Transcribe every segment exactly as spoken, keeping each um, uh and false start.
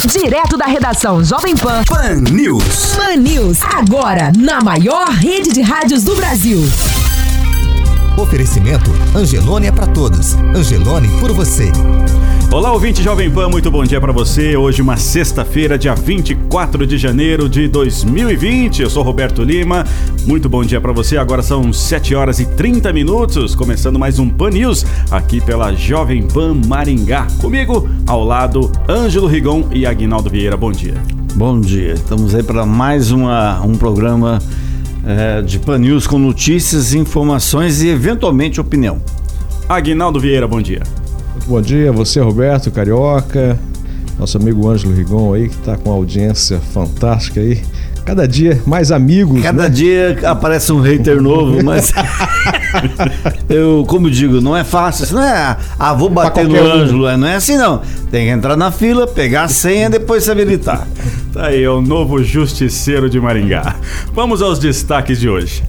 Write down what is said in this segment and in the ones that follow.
Direto da redação Jovem Pan. Pan News. Pan News, agora na maior rede de rádios do Brasil. Oferecimento Angelone é pra todos. Angelone por você. Olá, ouvinte Jovem Pan, muito bom dia pra você. Hoje uma sexta-feira, dia vinte e quatro de janeiro de dois mil e vinte. Eu sou Roberto Lima, muito bom dia pra você. Agora são sete horas e trinta minutos, começando mais um Pan News aqui pela Jovem Pan Maringá. Comigo, ao lado, Ângelo Rigon e Aguinaldo Vieira. Bom dia. Bom dia, estamos aí para mais uma, um programa é, de Pan News com notícias, informações e eventualmente opinião. Aguinaldo Vieira, bom dia. Muito bom dia, você Roberto, Carioca, nosso amigo Ângelo Rigon aí, que está com uma audiência fantástica aí. Cada dia mais amigos, Cada né? dia aparece um hater novo, mas eu, como digo, não é fácil. Isso não é, ah, vou bater no Ângelo, um. Não é assim não. Tem que entrar na fila, pegar a senha, depois se habilitar. Tá aí, é o novo justiceiro de Maringá. Vamos aos destaques de hoje.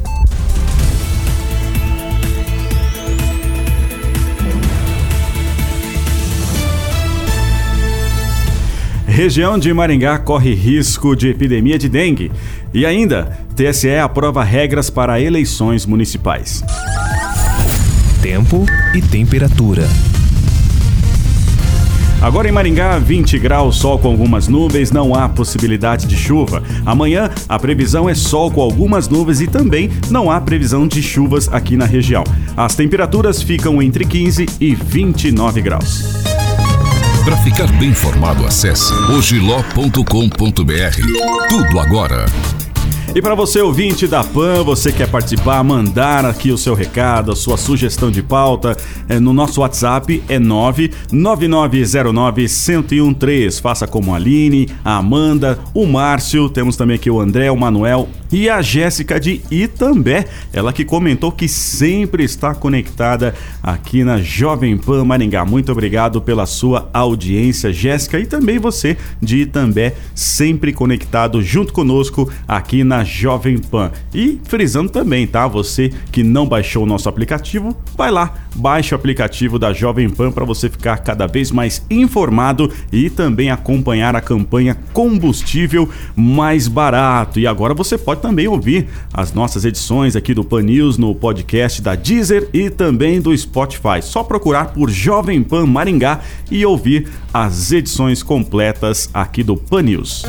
Região de Maringá corre risco de epidemia de dengue. E ainda, T S E aprova regras para eleições municipais. Tempo e temperatura. Agora em Maringá, vinte graus, sol com algumas nuvens, não há possibilidade de chuva. Amanhã, a previsão é sol com algumas nuvens e também não há previsão de chuvas aqui na região. As temperaturas ficam entre quinze e vinte e nove graus. Para ficar bem informado, acesse ogiló ponto com ponto br. Tudo agora. E para você, ouvinte da Pan, você quer participar, mandar aqui o seu recado, a sua sugestão de pauta, é, no nosso WhatsApp é nove nove nove zero nove um zero um três. Faça como a Aline, a Amanda, o Márcio, temos também aqui o André, o Manuel e a Jéssica de Itambé, ela que comentou que sempre está conectada aqui na Jovem Pan Maringá. Muito obrigado pela sua audiência, Jéssica, e também você de Itambé, sempre conectado junto conosco aqui na Jovem Pan. E frisando também, tá? Você que não baixou o nosso aplicativo, vai lá, baixe o aplicativo da Jovem Pan para você ficar cada vez mais informado e também acompanhar a campanha Combustível Mais Barato. E agora você pode também ouvir as nossas edições aqui do Pan News no podcast da Deezer e também do Spotify. Só procurar por Jovem Pan Maringá e ouvir as edições completas aqui do Pan News.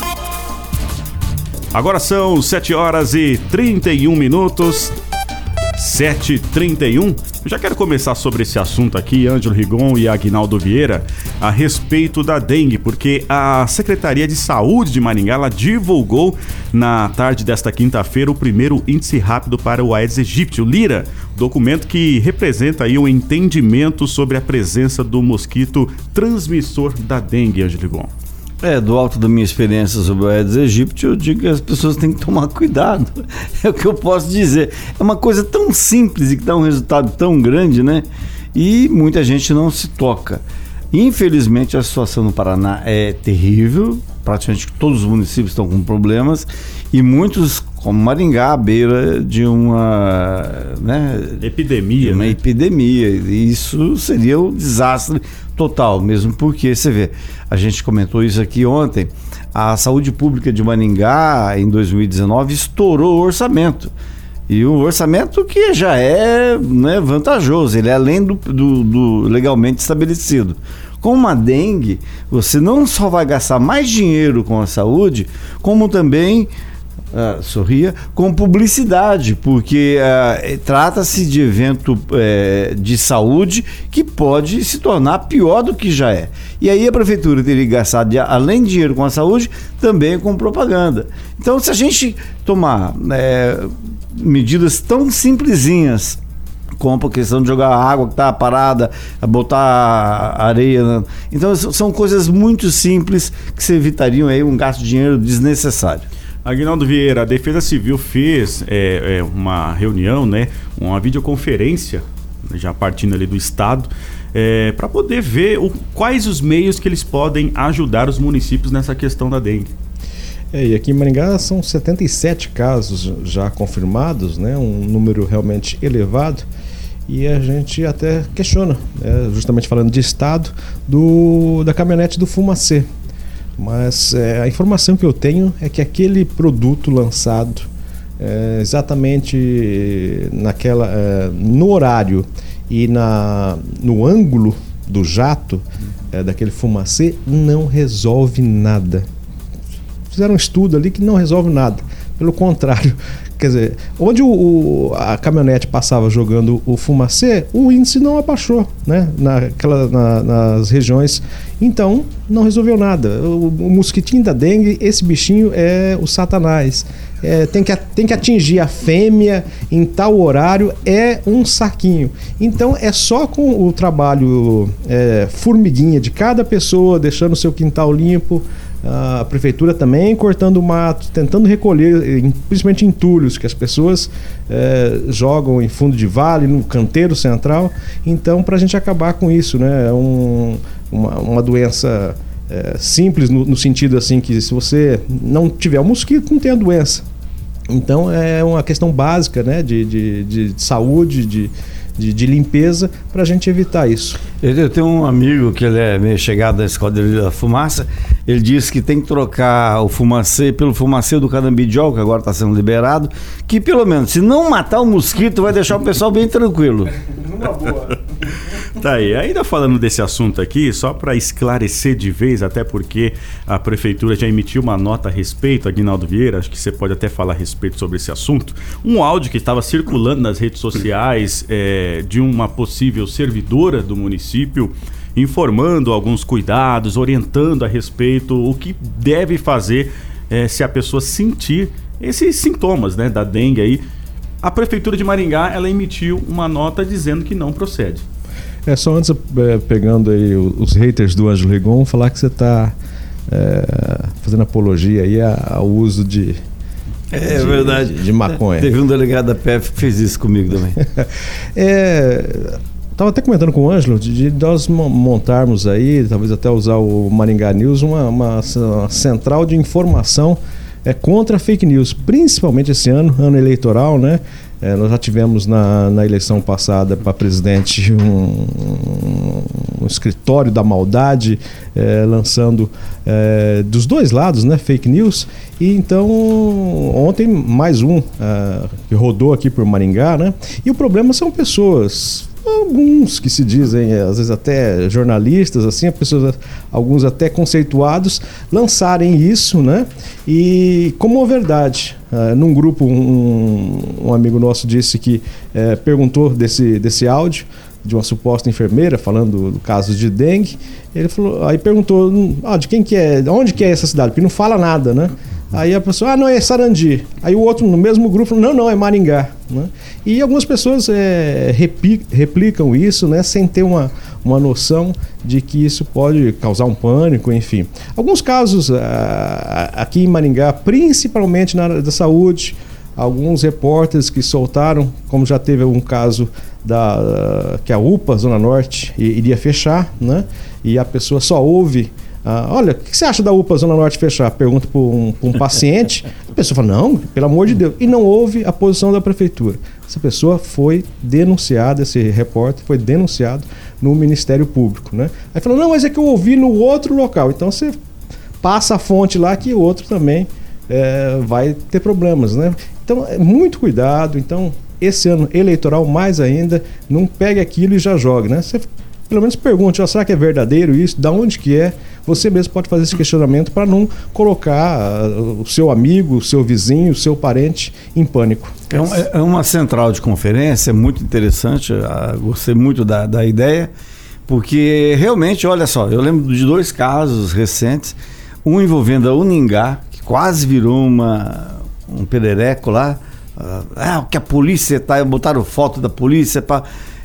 Agora são sete horas e trinta e um minutos. sete e trinta e um. Eu já quero começar sobre esse assunto aqui, Ângelo Rigon e Aguinaldo Vieira, a respeito da dengue, porque a Secretaria de Saúde de Maringá, ela divulgou na tarde desta quinta-feira o primeiro índice rápido para o Aedes aegypti, o Lira, documento que representa aí um entendimento sobre a presença do mosquito transmissor da dengue, Ângelo Rigon. É, do alto da minha experiência sobre o Aedes aegypti, eu digo que as pessoas têm que tomar cuidado. É o que eu posso dizer. É uma coisa tão simples e que dá um resultado tão grande, né? E muita gente não se toca. Infelizmente, a situação no Paraná é terrível. Praticamente todos os municípios estão com problemas. E muitos, como Maringá, à beira de uma, né, epidemia. Uma né? epidemia. E isso seria um desastre total, mesmo porque, você vê, a gente comentou isso aqui ontem, a saúde pública de Maringá, em dois mil e dezenove, estourou o orçamento. E um orçamento que já é, né, vantajoso, ele é além do, do, do legalmente estabelecido. Com uma dengue, você não só vai gastar mais dinheiro com a saúde, como também... Uh, sorria, com publicidade, porque uh, trata-se de evento uh, de saúde que pode se tornar pior do que já é. E aí a prefeitura teria que gastar, de, além de dinheiro com a saúde, também com propaganda. Então, se a gente tomar uh, medidas tão simplesinhas, como a questão de jogar água que está parada, botar areia, então são coisas muito simples que se evitariam aí um gasto de dinheiro desnecessário. Aguinaldo Vieira, a Defesa Civil fez é, é, uma reunião, né, uma videoconferência, já partindo ali do Estado, é, para poder ver o, quais os meios que eles podem ajudar os municípios nessa questão da dengue. É, e aqui em Maringá são setenta e sete casos já confirmados, né, um número realmente elevado. E a gente até questiona, né, justamente falando de Estado, do, da caminhonete do Fumacê. Mas é, a informação que eu tenho é que aquele produto lançado é, exatamente naquela, é, no horário e na, no ângulo do jato, é, daquele fumacê, não resolve nada. Fizeram um estudo ali que não resolve nada. Pelo contrário, quer dizer, onde o, o, a caminhonete passava jogando o fumacê, o índice não abaixou, né? Naquela, na, nas regiões. Então, não resolveu nada. O, o mosquitinho da dengue, esse bichinho é o satanás. É, tem, que, tem que atingir a fêmea em tal horário, é um saquinho. Então, é só com o trabalho é, formiguinha de cada pessoa, deixando o seu quintal limpo, a prefeitura também cortando o mato, tentando recolher, principalmente entulhos que as pessoas é, jogam em fundo de vale, no canteiro central. Então, para a gente acabar com isso, né? É um, uma, uma doença é, simples no, no sentido assim que se você não tiver o mosquito, não tem a doença. Então, é uma questão básica, né? de, de, de saúde, de De, de limpeza, para a gente evitar isso. Eu tenho um amigo que ele é meio chegado da Esquadrilha da Fumaça. Ele disse que tem que trocar o fumacê pelo fumacê do canabidiol, que agora está sendo liberado, que pelo menos, se não matar o mosquito, vai deixar o pessoal bem tranquilo. Uma boa. Tá aí, ainda falando desse assunto aqui, só para esclarecer de vez, até porque a prefeitura já emitiu uma nota a respeito, Aguinaldo Vieira, acho que você pode até falar a respeito sobre esse assunto, um áudio que estava circulando nas redes sociais é, de uma possível servidora do município, informando alguns cuidados, orientando a respeito o que deve fazer é, se a pessoa sentir esses sintomas, né, da dengue aí. A prefeitura de Maringá, ela emitiu uma nota dizendo que não procede. É só antes, é, pegando aí os haters do Ângelo Rigon, falar que você está é, fazendo apologia aí ao uso de, é de, verdade. de, de maconha. Teve um delegado da P F que fez isso comigo também. é, Estava até comentando com o Ângelo de, de nós montarmos aí, talvez até usar o Maringá News, uma, uma, uma central de informação é, contra fake news, principalmente esse ano, ano eleitoral, né? É, nós já tivemos na, na eleição passada para presidente um, um, um escritório da maldade é, lançando é, dos dois lados, né, fake news. E então ontem mais um é, que rodou aqui por Maringá, né? E o problema são pessoas, alguns que se dizem, às vezes até jornalistas, assim, pessoas, alguns até conceituados, lançarem isso, né? E como verdade. Uh, num grupo, um, um amigo nosso disse que uh, perguntou desse, desse áudio de uma suposta enfermeira falando do caso de dengue. Ele falou, aí perguntou, ah, de quem que é, onde que é essa cidade? Porque não fala nada, né? Aí a pessoa, ah, não, é Sarandi. Aí o outro, no mesmo grupo, não, não, é Maringá. Né? E algumas pessoas é, repi, replicam isso, né, sem ter uma, uma noção de que isso pode causar um pânico, enfim. Alguns casos ah, aqui em Maringá, principalmente na área da saúde, alguns repórteres que soltaram, como já teve um caso da, que a U P A, Zona Norte, iria fechar, né? E a pessoa só ouve, ah, olha, o que você acha da U P A Zona Norte fechar? Pergunta para um, um paciente, a pessoa fala, não, pelo amor de Deus, e não ouve a posição da prefeitura. Essa pessoa foi denunciada, esse repórter foi denunciado no Ministério Público, né? Aí falou, não, mas é que eu ouvi no outro local. Então você passa a fonte lá que o outro também é, vai ter problemas, né? Então, é muito cuidado. Então, esse ano eleitoral mais ainda, não pegue aquilo e já jogue, né? Você pelo menos pergunte, ó, será que é verdadeiro isso? Da onde que é? Você mesmo pode fazer esse questionamento para não colocar uh, o seu amigo, o seu vizinho, o seu parente em pânico. É, um, é uma central de conferência muito interessante, uh, gostei muito da, da ideia, porque realmente, olha só, eu lembro de dois casos recentes, um envolvendo a Uningá, que quase virou uma, um perereco lá, uh, ah, que a polícia tá, botaram foto da polícia para...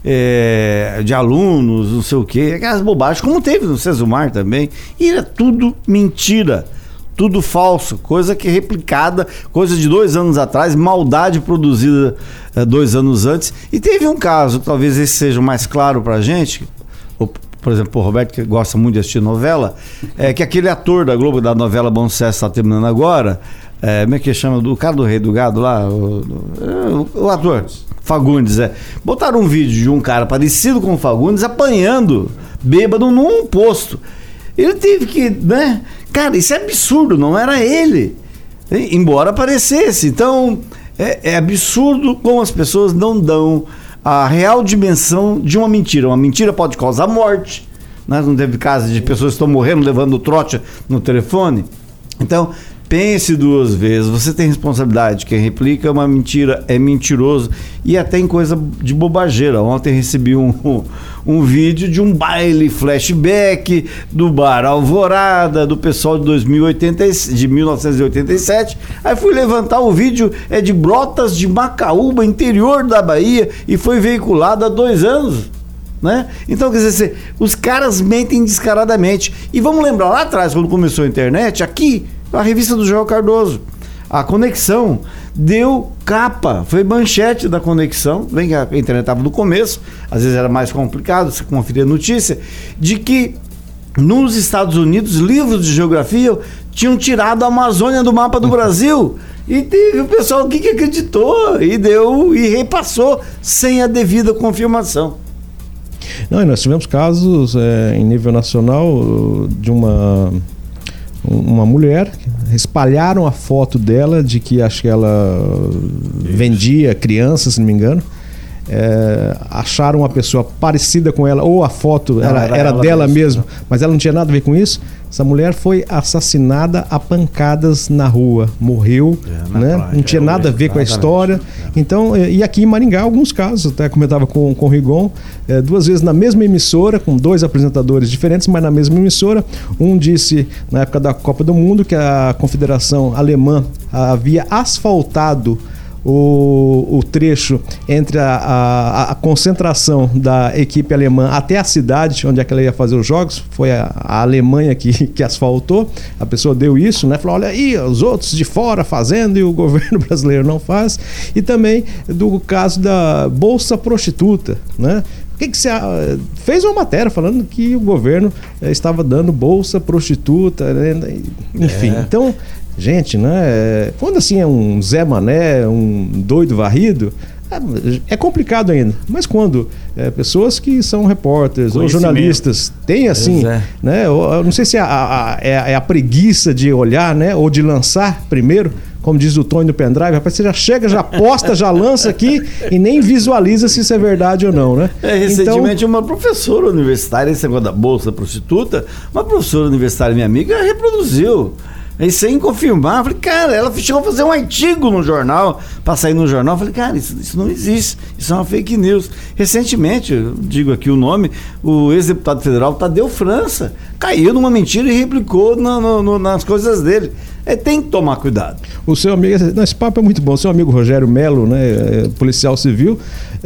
É, de alunos, não sei o que, aquelas bobagens, como teve no Cesumar também, e era tudo mentira, tudo falso, coisa que é replicada, coisa de dois anos atrás, maldade produzida é, dois anos antes. E teve um caso, talvez esse seja mais claro pra gente, ou, por exemplo, o Roberto, que gosta muito de assistir novela, é que aquele ator da Globo, da novela Bom Sucesso, está terminando agora, é, como é que chama, do cara do Rei do Gado lá, o, o, o ator Fagundes, é. Botaram um vídeo de um cara parecido com o Fagundes apanhando bêbado num posto. Ele teve que, né, Cara, isso é absurdo, não era ele. Embora parecesse. Então, é, é absurdo como as pessoas não dão a real dimensão de uma mentira. Uma mentira pode causar morte. Nós não teve casos de pessoas que estão morrendo levando trote no telefone. Então, pense duas vezes. Você tem responsabilidade. Quem replica uma mentira é mentiroso. E até em coisa de bobageira. Ontem recebi um, um, um vídeo de um baile flashback do Bar Alvorada, do pessoal de, dois mil e oitenta, de mil novecentos e oitenta e sete. Aí fui levantar o vídeo, é de Brotas de Macaúba, interior da Bahia, e foi veiculado há dois anos. Né? Então, quer dizer, os caras mentem descaradamente. E vamos lembrar, lá atrás, quando começou a internet, aqui, a revista do Joel Cardoso, a Conexão deu capa, foi manchete da Conexão, bem que a internet estava no começo, às vezes era mais complicado você conferir a notícia, de que nos Estados Unidos, livros de geografia tinham tirado a Amazônia do mapa do Brasil. E teve o pessoal que acreditou e deu e repassou sem a devida confirmação. Não, e nós tivemos casos é, em nível nacional de uma, uma mulher, espalharam a foto dela de que acho que ela vendia crianças, se não me engano. É, acharam uma pessoa parecida com ela, ou a foto não, era, era, era dela mesmo, mesmo, mas ela não tinha nada a ver com isso. Essa mulher foi assassinada a pancadas na rua, morreu, é, né? Praia, não tinha é, nada a ver com a história. Então, e aqui em Maringá, alguns casos, até comentava com, com o Rigon, é, duas vezes na mesma emissora, com dois apresentadores diferentes, mas na mesma emissora. Um disse, na época da Copa do Mundo, que a Confederação Alemã havia asfaltado O, o trecho entre a, a, a concentração da equipe alemã até a cidade onde é que ela ia fazer os jogos. Foi a, a Alemanha que, que asfaltou. A pessoa deu isso, né? Falou, olha aí, os outros de fora fazendo e o governo brasileiro não faz. E também do caso da Bolsa Prostituta, né? O que que você fez uma matéria falando que o governo estava dando bolsa prostituta, né? Enfim, é. Então... Gente, né? Quando assim é um Zé Mané, um doido varrido, é complicado ainda. Mas quando é, pessoas que são repórteres ou jornalistas têm assim, é. né? Eu não sei se é a, a, é a preguiça de olhar, né? Ou de lançar primeiro, como diz o Tony do pendrive, rapaz, você já chega, já posta, já lança aqui e nem visualiza se isso é verdade ou não, né? É, recentemente então, uma professora universitária, esse negócio da bolsa prostituta, uma professora universitária, minha amiga, reproduziu. Aí sem confirmar, eu falei, cara, ela chegou a fazer um artigo no jornal, para sair no jornal, eu falei, cara, isso, isso não existe, isso é uma fake news. Recentemente, eu digo aqui o nome, o ex-deputado federal Tadeu França caiu numa mentira e replicou no, no, no, nas coisas dele. É, tem que tomar cuidado. O seu amigo, não, esse papo é muito bom, o seu amigo Rogério Melo, né, policial civil,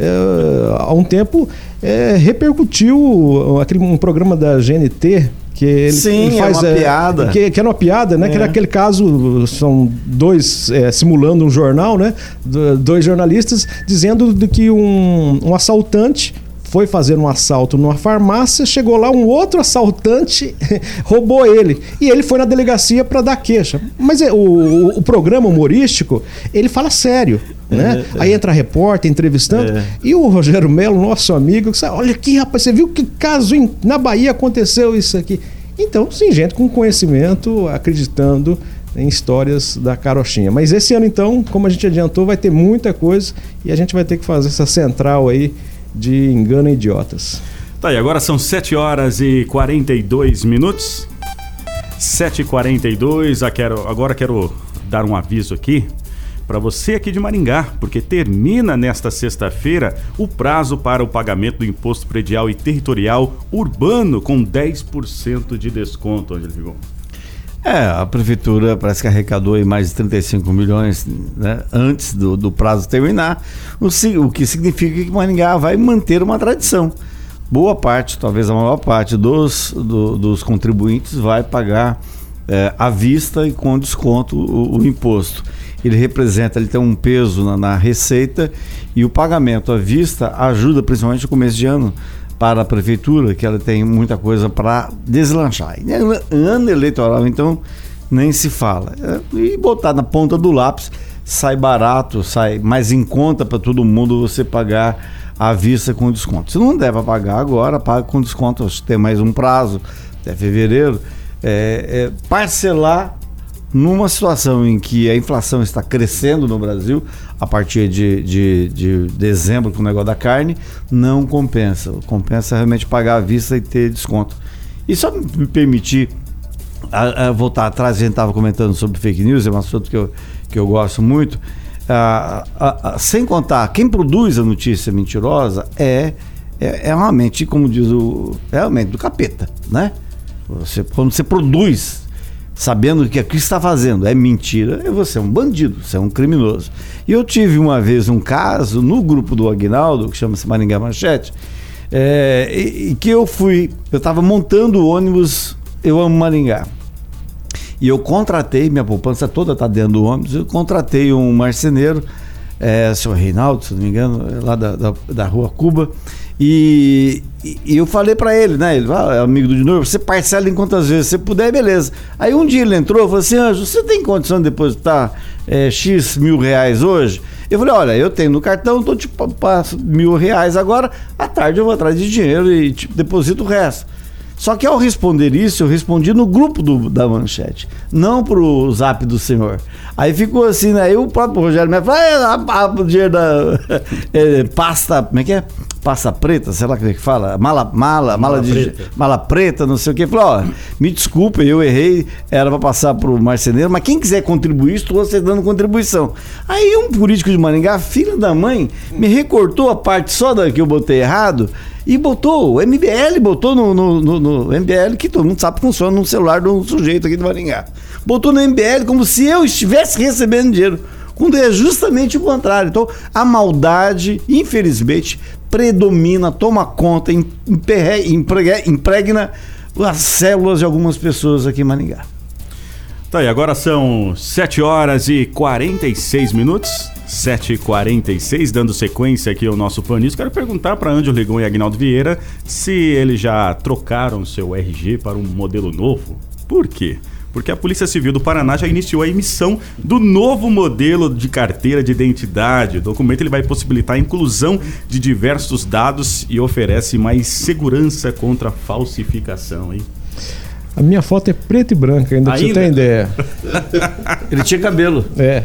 é, há um tempo é, repercutiu aquele, um programa da G N T, que ele, Sim, ele faz, é uma é, piada. Que, que era uma piada, né? É. Que era aquele caso, são dois é, simulando um jornal, né? Dois jornalistas dizendo de que um, um assaltante foi fazer um assalto numa farmácia, chegou lá um outro assaltante, roubou ele. E ele foi na delegacia para dar queixa. Mas é, o, o programa humorístico, ele fala sério, né? É, é. Aí entra repórter, entrevistando. É. E o Rogério Melo, nosso amigo, que olha aqui, rapaz, você viu que caso em, na Bahia aconteceu isso aqui? Então, sim, gente com conhecimento, acreditando em histórias da carochinha. Mas esse ano, então, como a gente adiantou, vai ter muita coisa e a gente vai ter que fazer essa central aí de engano idiotas. Tá, e agora são sete horas e quarenta e dois minutos. sete e quarenta e dois. Agora quero dar um aviso aqui para você aqui de Maringá, porque termina nesta sexta-feira o prazo para o pagamento do Imposto Predial e Territorial Urbano com dez por cento de desconto, Ângelo Rigon. É, a prefeitura parece que arrecadou aí mais de trinta e cinco milhões, né, antes do, do prazo terminar, o, o que significa que Maringá vai manter uma tradição. Boa parte, talvez a maior parte dos, do, dos contribuintes vai pagar é, à vista e com desconto o, o imposto. Ele representa, ele tem um peso na, na receita, e o pagamento à vista ajuda principalmente no começo de ano para a prefeitura, que ela tem muita coisa para deslanchar. E é ano eleitoral, então nem se fala. E botar na ponta do lápis, sai barato, sai mais em conta para todo mundo você pagar à vista com desconto. Se não der para pagar agora, paga com desconto, tem mais um prazo, até fevereiro. é, é, parcelar numa situação em que a inflação está crescendo no Brasil, a partir de, de, de dezembro, com o negócio da carne, não compensa. Compensa realmente pagar à vista e ter desconto. E só me permitir a, a voltar atrás, a gente estava comentando sobre fake news, é um assunto que eu, que eu gosto muito. A, a, a, sem contar, quem produz a notícia mentirosa é, é, é uma mente, como diz o... é a mente do capeta, né? Você, quando você produz sabendo que o que está fazendo é mentira, você é um bandido, você é um criminoso. E eu tive uma vez um caso no grupo do Aguinaldo, que chama-se Maringá Manchete, é, e, e que eu fui, eu estava montando o ônibus Eu Amo Maringá. E eu contratei, minha poupança toda está dentro do ônibus, eu contratei um marceneiro, é, o senhor Reinaldo, se não me engano, lá da, da, da Rua Cuba, e, e eu falei pra ele, né, ele ah, é amigo do Dinor, você parcela em quantas vezes você puder, beleza. Aí um dia ele entrou e falou assim, Anjo, você tem condição de depositar é, X mil reais hoje? Eu falei, olha, eu tenho no cartão, então te passo mil reais agora, à tarde eu vou atrás de dinheiro e te deposito o resto. Só que ao responder isso, eu respondi no grupo do, da Manchete, não pro zap do senhor. Aí ficou assim, né? Aí o próprio Rogério me falou, ah, o dinheiro da é, pasta, como é que é? Pasta preta, sei lá como é que fala, mala, mala, mala, mala de preta. mala preta, não sei o que. Falou, ó, me desculpa, eu errei, era para passar pro marceneiro, mas quem quiser contribuir, estou aceitando contribuição. Aí um político de Maringá, filho da mãe, me recortou a parte só da que eu botei errado e botou, o M B L botou no, no, no, no M B L, que todo mundo sabe que funciona no celular de um sujeito aqui de Maringá. Botou no M B L como se eu estivesse recebendo dinheiro, quando é justamente o contrário. Então, a maldade, infelizmente, predomina, toma conta, impregna, impregna as células de algumas pessoas aqui em Maringá. Tá, e agora são sete horas e quarenta e seis minutos, sete e quarenta e seis, dando sequência aqui ao nosso Pan News. Quero perguntar para Ângelo Rigon e Aguinaldo Vieira se eles já trocaram seu R G para um modelo novo. Por quê? Porque a Polícia Civil do Paraná já iniciou a emissão do novo modelo de carteira de identidade. O documento ele vai possibilitar a inclusão de diversos dados e oferece mais segurança contra a falsificação, hein? A minha foto é preta e branca, ainda, ainda? Pra você ter ideia. Ele tinha cabelo. É.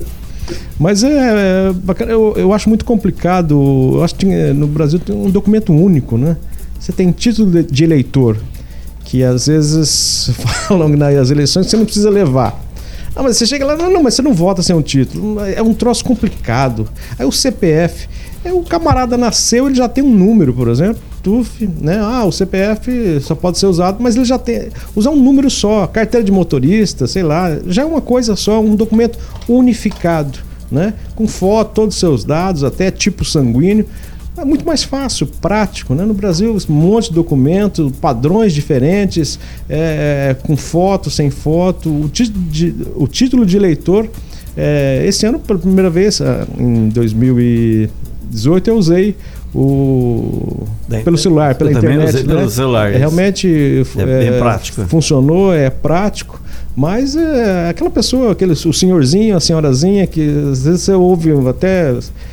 Mas é, é bacana, eu, eu acho muito complicado. Eu acho que no Brasil tem um documento único, né? Você tem título de, de eleitor, que às vezes falam nas eleições que você não precisa levar. Ah, mas você chega lá, não, não, mas você não vota sem um título. É um troço complicado. Aí o C P F, é, o camarada nasceu, ele já tem um número, por exemplo, T U F, né? Ah, o C P F só pode ser usado, mas ele já tem, usar um número só, carteira de motorista, sei lá, já é uma coisa só, um documento unificado, né? Com foto, todos os seus dados, até tipo sanguíneo. É muito mais fácil, prático, né? No Brasil, um monte de documentos, padrões diferentes, é, com foto, sem foto. O, de, o título de eleitor, é, esse ano, pela primeira vez, em dois mil e dezoito, eu usei o, pelo celular, pela eu internet. Usei, né? Pelo celular. É, realmente é, é, prático. Funcionou, é prático. Mas é aquela pessoa, aquele, o senhorzinho, a senhorazinha, que às vezes você ouve até...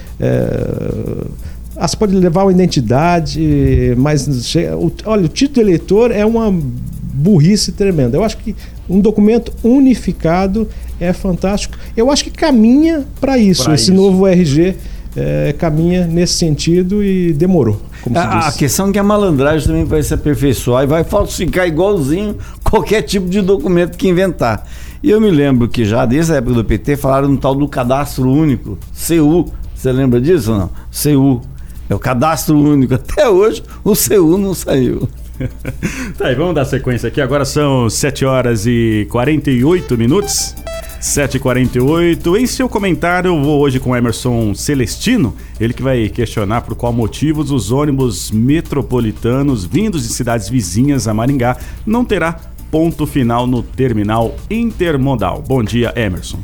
É, Ah, você pode levar uma identidade, mas o, olha, o título de eleitor é uma burrice tremenda. Eu acho que um documento unificado é fantástico. Eu acho que caminha para isso. Pra Esse isso. novo R G é, caminha nesse sentido e demorou. Como a, a questão é que a malandragem também vai se aperfeiçoar e vai falsificar igualzinho qualquer tipo de documento que inventar. E eu me lembro que já desde a época do P T falaram no tal do cadastro único, C U. Você lembra disso ou não? C U. É o cadastro único. Até hoje o C U não saiu. Tá, e vamos dar sequência aqui. Agora são sete horas e quarenta e oito minutos. sete e quarenta e oito. Em seu comentário, eu vou hoje com o Emerson Celestino. Ele que vai questionar por qual motivos os ônibus metropolitanos vindos de cidades vizinhas a Maringá não terá ponto final no terminal intermodal. Bom dia, Emerson.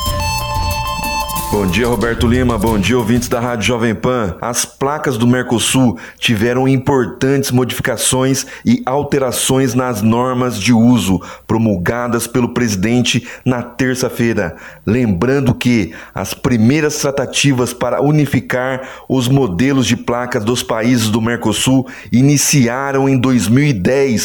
Bom dia, Roberto Lima. Bom dia, ouvintes da Rádio Jovem Pan. As placas do Mercosul tiveram importantes modificações e alterações nas normas de uso promulgadas pelo presidente na terça-feira. Lembrando que as primeiras tratativas para unificar os modelos de placas dos países do Mercosul iniciaram em dois mil e dez, a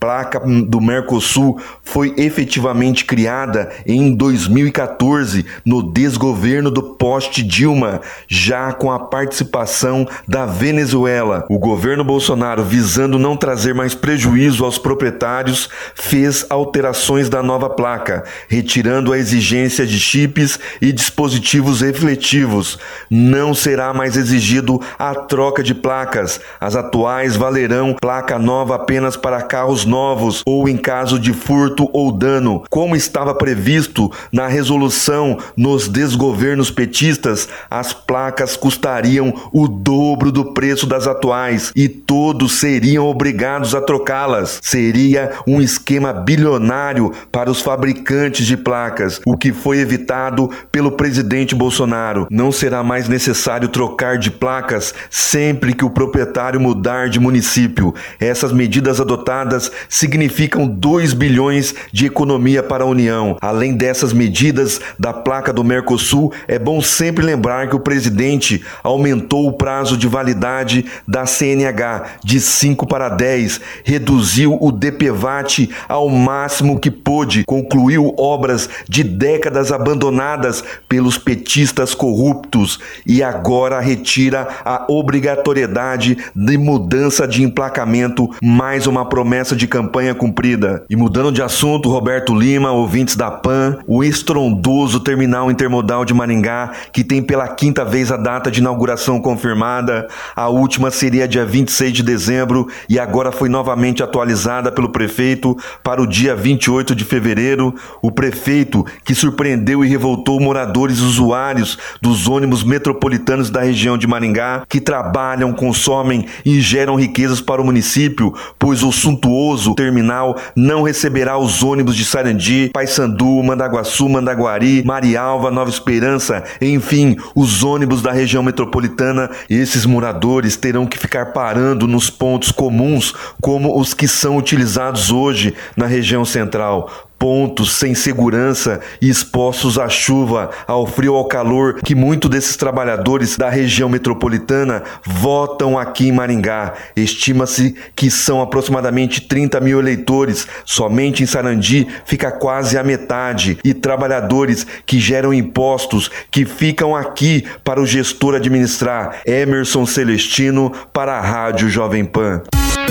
placa do Mercosul foi efetivamente criada em dois mil e quatorze, no desgoverno do post-Dilma, já com a participação da Venezuela. O governo Bolsonaro, visando não trazer mais prejuízo aos proprietários, fez alterações da nova placa, retirando a exigência de chips e dispositivos refletivos. Não será mais exigido a troca de placas. As atuais valerão placa nova apenas para carros novos ou em caso de furto ou dano. Como estava previsto na resolução nos desgovernos petistas, as placas custariam o dobro do preço das atuais e todos seriam obrigados a trocá-las. Seria um esquema bilionário para os fabricantes de placas, o que foi evitado pelo presidente Bolsonaro. Não será mais necessário trocar de placas sempre que o proprietário mudar de município. Essas medidas adotadas significam dois bilhões de economia para a União. Além dessas medidas da placa do Mercosul, é bom sempre lembrar que o presidente aumentou o prazo de validade da C N H de cinco para dez, reduziu o D P V A T ao máximo que pôde, concluiu obras de décadas abandonadas pelos petistas corruptos e agora retira a obrigatoriedade de mudança de emplacamento, mais uma promessa de campanha cumprida. E mudando de assunto, Roberto Lima, ouvintes da Pan, o estrondoso terminal intermodal de Maringá, que tem pela quinta vez a data de inauguração confirmada, a última seria dia vinte e seis de dezembro e agora foi novamente atualizada pelo prefeito para o dia vinte e oito de fevereiro. O prefeito, que surpreendeu e revoltou moradores e usuários dos ônibus metropolitanos da região de Maringá, que trabalham, consomem e geram riquezas para o município, pois o suntuoso terminal não receberá os ônibus de Sarandi, Paissandu, Mandaguaçu, Mandaguari, Marialva, Nova Esperança, enfim, os ônibus da região metropolitana. Esses moradores terão que ficar parando nos pontos comuns, como os que são utilizados hoje na região central. Pontos sem segurança e expostos à chuva, ao frio, ao calor, que muitos desses trabalhadores da região metropolitana votam aqui em Maringá. Estima-se que são aproximadamente trinta mil eleitores, somente em Sarandi fica quase a metade, e trabalhadores que geram impostos que ficam aqui para o gestor administrar. Emerson Celestino para a Rádio Jovem Pan.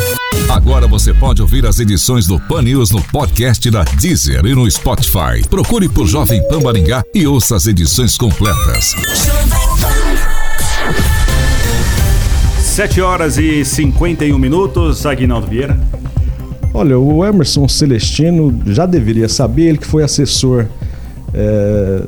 Agora você pode ouvir as edições do Pan News no podcast da Deezer e no Spotify. Procure por Jovem Pan Maringá e ouça as edições completas. sete horas e cinquenta e um minutos, Aguinaldo Vieira. Olha, o Emerson Celestino já deveria saber, ele que foi assessor é,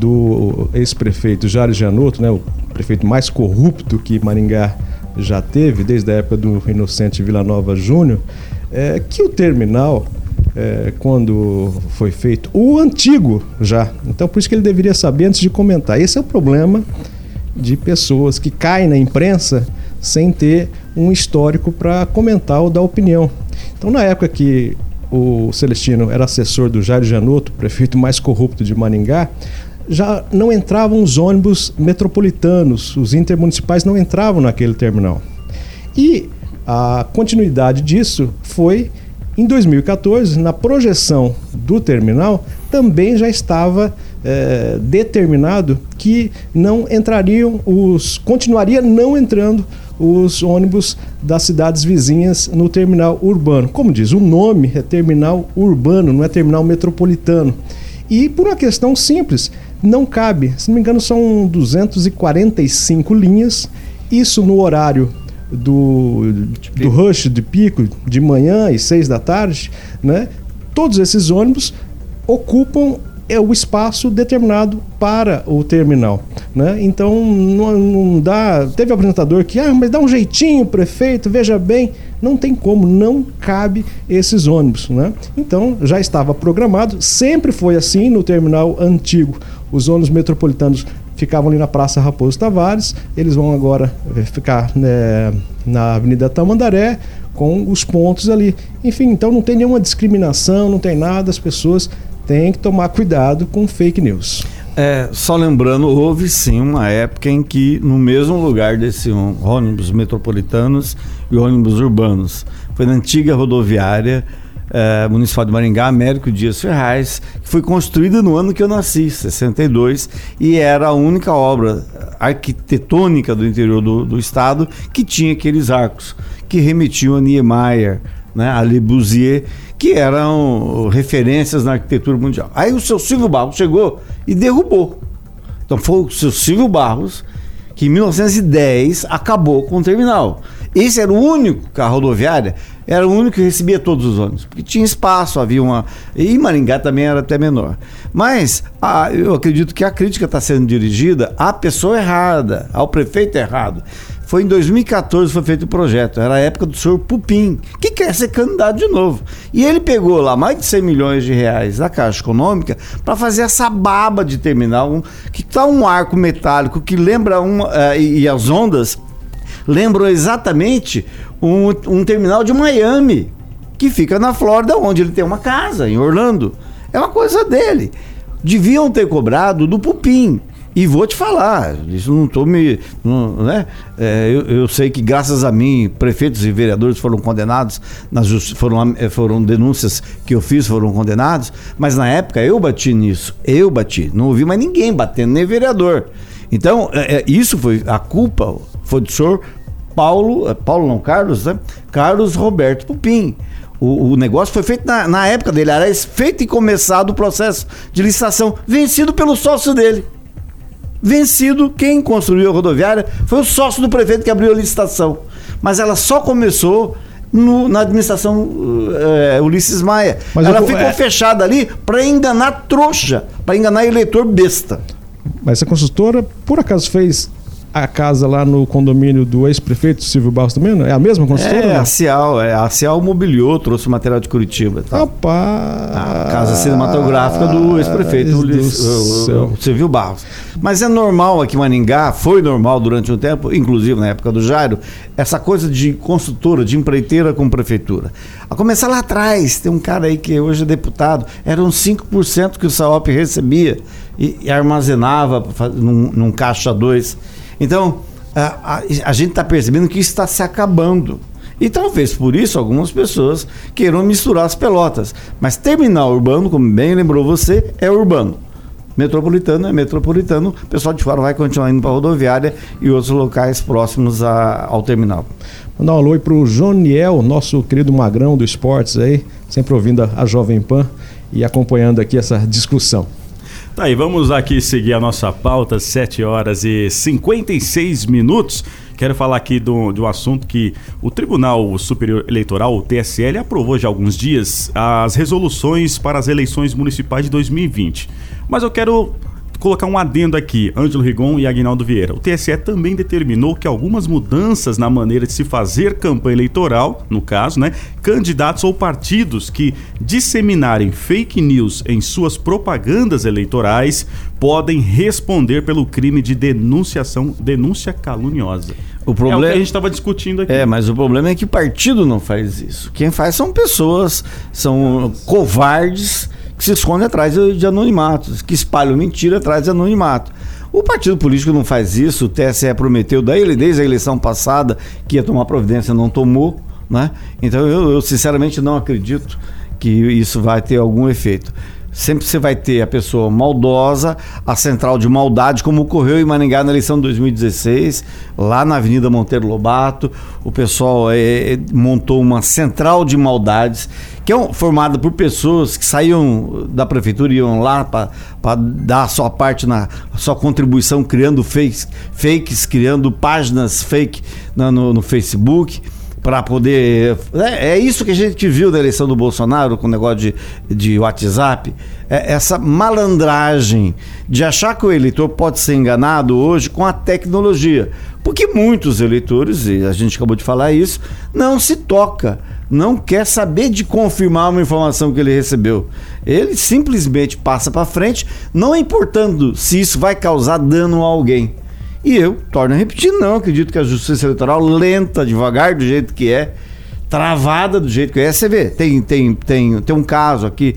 do ex-prefeito Jair Janotto, né, o prefeito mais corrupto que Maringá já teve, desde a época do Inocente Villanova Júnior, é, que o terminal, é, quando foi feito, o antigo já, então por isso que ele deveria saber antes de comentar. Esse é o problema de pessoas que caem na imprensa sem ter um histórico para comentar ou dar opinião. Então, na época que o Celestino era assessor do Jair Janotto, prefeito mais corrupto de Maringá, já não entravam os ônibus metropolitanos, os intermunicipais não entravam naquele terminal. E a continuidade disso foi em dois mil e quatorze, na projeção do terminal, também já estava é, determinado que não entrariam os, continuaria não entrando os ônibus das cidades vizinhas no terminal urbano. Como diz, o nome é terminal urbano, não é terminal metropolitano. E por uma questão simples, não cabe, se não me engano são duzentas e quarenta e cinco linhas, isso no horário do, do rush de pico, de manhã e seis da tarde, né? Todos esses ônibus ocupam é, o espaço determinado para o terminal, né? Então não, não dá, teve apresentador que, ah, mas dá um jeitinho, prefeito, veja bem, não tem como, não cabe esses ônibus, né? Então já estava programado, sempre foi assim no terminal antigo. Os ônibus metropolitanos ficavam ali na Praça Raposo Tavares, eles vão agora ficar, né, na Avenida Tamandaré, com os pontos ali. Enfim, então não tem nenhuma discriminação, não tem nada, as pessoas têm que tomar cuidado com fake news. É, só lembrando, houve sim uma época em que no mesmo lugar desse ônibus metropolitanos e ônibus urbanos, foi na antiga rodoviária é, Municipal de Maringá, Américo Dias Ferraz, que foi construída no ano que eu nasci, sessenta e dois, e era a única obra arquitetônica do interior do, do estado que tinha aqueles arcos, que remetiam a Niemeyer, né, a Le Corbusier, que eram referências na arquitetura mundial. Aí o seu Silvio Barros chegou e derrubou. Então foi o seu Silvio Barros que em mil novecentos e dez acabou com o terminal. Esse era o único que a rodoviária era o único que recebia todos os ônibus, porque tinha espaço, havia uma... E Maringá também era até menor. Mas ah, eu acredito que a crítica está sendo dirigida à pessoa errada, ao prefeito errado. Foi em dois mil e quatorze que foi feito o projeto, era a época do senhor Pupim, que quer ser candidato de novo. E ele pegou lá mais de cem milhões de reais da Caixa Econômica para fazer essa baba de terminal, um, que está um arco metálico que lembra uma, uh, e, e as ondas lembram exatamente um, um terminal de Miami, que fica na Flórida, onde ele tem uma casa, em Orlando. É uma coisa dele. Deviam ter cobrado do Pupim. E vou te falar, isso não estou me... Não, né? É, eu, eu sei que graças a mim, prefeitos e vereadores foram condenados, nas justi- foram, foram denúncias que eu fiz, foram condenados, mas na época eu bati nisso, eu bati, não ouvi mais ninguém batendo, nem vereador. Então, é, é, isso foi, a culpa foi do senhor Paulo, Paulo não, Carlos, né? Carlos Roberto Pupim. O, o negócio foi feito na, na época dele, era feito e começado o processo de licitação, vencido pelo sócio dele. Vencido, quem construiu a rodoviária foi o sócio do prefeito que abriu a licitação. Mas ela só começou no, na administração é, Ulisses Maia. Mas ela eu, ficou é... fechada ali para enganar trouxa, para enganar eleitor besta. Mas essa construtora, por acaso, fez a casa lá no condomínio do ex-prefeito Silvio Barros também? Não? É a mesma construtora? É, a Cial, é, a Cial mobiliou, trouxe material de Curitiba. Tá? Rapaz! A casa cinematográfica do ex-prefeito Ulisses, o, o Silvio Barros. Mas é normal aqui em Maringá, foi normal durante um tempo, inclusive na época do Jairo, essa coisa de construtora, de empreiteira com prefeitura. A começar lá atrás, tem um cara aí que hoje é deputado, eram cinco por cento que o SAOP recebia e, e armazenava num, num caixa dois. Então, a, a, a gente está percebendo que isso está se acabando. E talvez por isso algumas pessoas queiram misturar as pelotas. Mas terminal urbano, como bem lembrou você, é urbano. Metropolitano é metropolitano. O pessoal de fora vai continuar indo para a rodoviária e outros locais próximos a, ao terminal. Mandar um alô aí para o Joniel, nosso querido magrão do esportes aí, sempre ouvindo a, a Jovem Pan e acompanhando aqui essa discussão. Tá aí, vamos aqui seguir a nossa pauta, sete horas e cinquenta e seis minutos. Quero falar aqui do, de um assunto que o Tribunal Superior Eleitoral, o T S E, aprovou já há alguns dias as resoluções para as eleições municipais de dois mil e vinte. Mas eu quero colocar um adendo aqui, Ângelo Rigon e Aguinaldo Vieira. O T S E também determinou que algumas mudanças na maneira de se fazer campanha eleitoral, no caso, né, candidatos ou partidos que disseminarem fake news em suas propagandas eleitorais podem responder pelo crime de denunciação, denúncia caluniosa. O problema é o que a gente estava discutindo aqui. É, mas o problema é que o partido não faz isso. Quem faz são pessoas, são covardes que se escondem atrás de anonimatos, que espalham mentira atrás de anonimato. O partido político não faz isso, o T S E prometeu desde a eleição passada que ia tomar providência, não tomou, né? Então eu, eu sinceramente não acredito que isso vai ter algum efeito. Sempre você vai ter a pessoa maldosa, a central de maldade, como ocorreu em Maringá na eleição de dois mil e dezesseis, lá na Avenida Monteiro Lobato, o pessoal é, montou uma central de maldades, que é formada por pessoas que saíam da prefeitura e iam lá para dar a sua parte, na, a sua contribuição, criando fakes, fakes criando páginas fake na, no, no Facebook, para poder... É, é isso que a gente viu na eleição do Bolsonaro, com o negócio de, de WhatsApp, é essa malandragem de achar que o eleitor pode ser enganado hoje com a tecnologia. Porque muitos eleitores, e a gente acabou de falar isso, não se toca, não quer saber de confirmar uma informação que ele recebeu. Ele simplesmente passa para frente, não importando se isso vai causar dano a alguém. E eu, torno a repetir, não acredito que a justiça eleitoral, lenta, devagar, do jeito que é, travada do jeito que é. Você vê, tem, tem, tem, tem um caso aqui,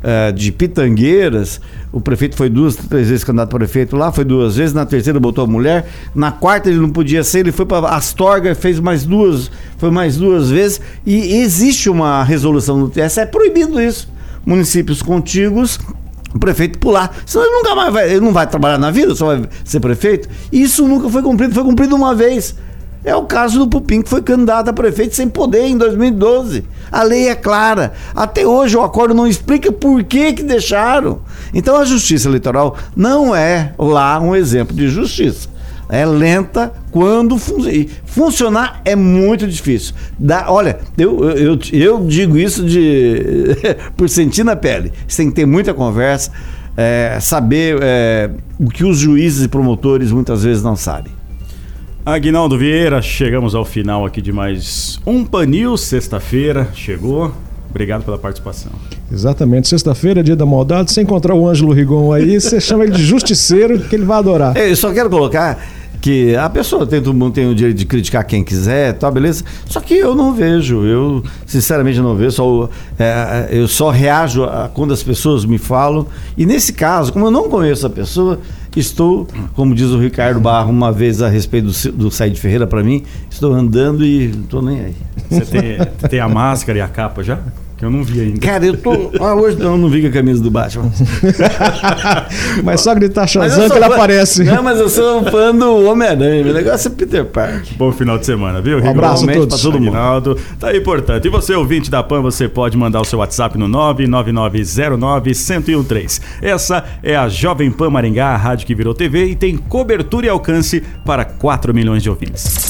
uh, de Pitangueiras, o prefeito foi duas, três vezes candidato a prefeito lá, foi duas vezes, na terceira botou a mulher, na quarta ele não podia ser, ele foi para Astorga, fez mais duas, foi mais duas vezes, e existe uma resolução do T S E, é proibido isso. Municípios contíguos, o prefeito pular, senão ele nunca mais vai, ele não vai trabalhar na vida, só vai ser prefeito. Isso nunca foi cumprido, foi cumprido uma vez. É o caso do Pupim, que foi candidato a prefeito sem poder em dois mil e doze. A lei é clara. Até hoje o acordo não explica por que que deixaram. Então a Justiça Eleitoral não é lá um exemplo de justiça. É lenta quando fun- funcionar é muito difícil. Dá, olha, eu, eu, eu digo isso de por sentir na pele. Você tem que ter muita conversa, é, saber é, o que os juízes e promotores muitas vezes não sabem. Aguinaldo Vieira, chegamos ao final aqui de mais um Panil, sexta-feira, chegou. Obrigado pela participação. Exatamente, sexta-feira, dia da maldade, você encontrar o Ângelo Rigon aí, você chama ele de justiceiro, que ele vai adorar. Eu só quero colocar que a pessoa tem, todo mundo tem o direito de criticar quem quiser, tá, beleza? Só que eu não vejo, eu sinceramente não vejo, só, é, eu só reajo a, quando as pessoas me falam, e nesse caso, como eu não conheço a pessoa, estou, como diz o Ricardo Barro uma vez a respeito do, do Said Ferreira para mim, estou andando e não estou nem aí. Você tem, tem a máscara e a capa já? Que eu não vi ainda. Cara, eu tô. Ah, hoje eu não vi com a camisa do Batman. Mas só gritar Shazam que ele fã, aparece. Não, mas eu sou um fã do Homem-Aranha. Meu negócio é Peter Parker. Bom final de semana, viu? Um abraço a todos. Pra todo mundo. Tá aí, portanto. E você, ouvinte da Pan, você pode mandar o seu WhatsApp no nove nove nove zero nove um zero um três. Essa é a Jovem Pan Maringá, a rádio que virou T V e tem cobertura e alcance para quatro milhões de ouvintes.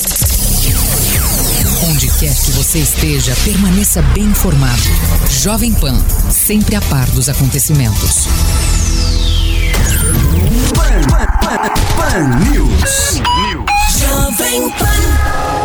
Onde quer que você esteja, permaneça bem informado. Jovem Pan, sempre a par dos acontecimentos. Pan, Pan, Pan, Pan News. Jovem Pan.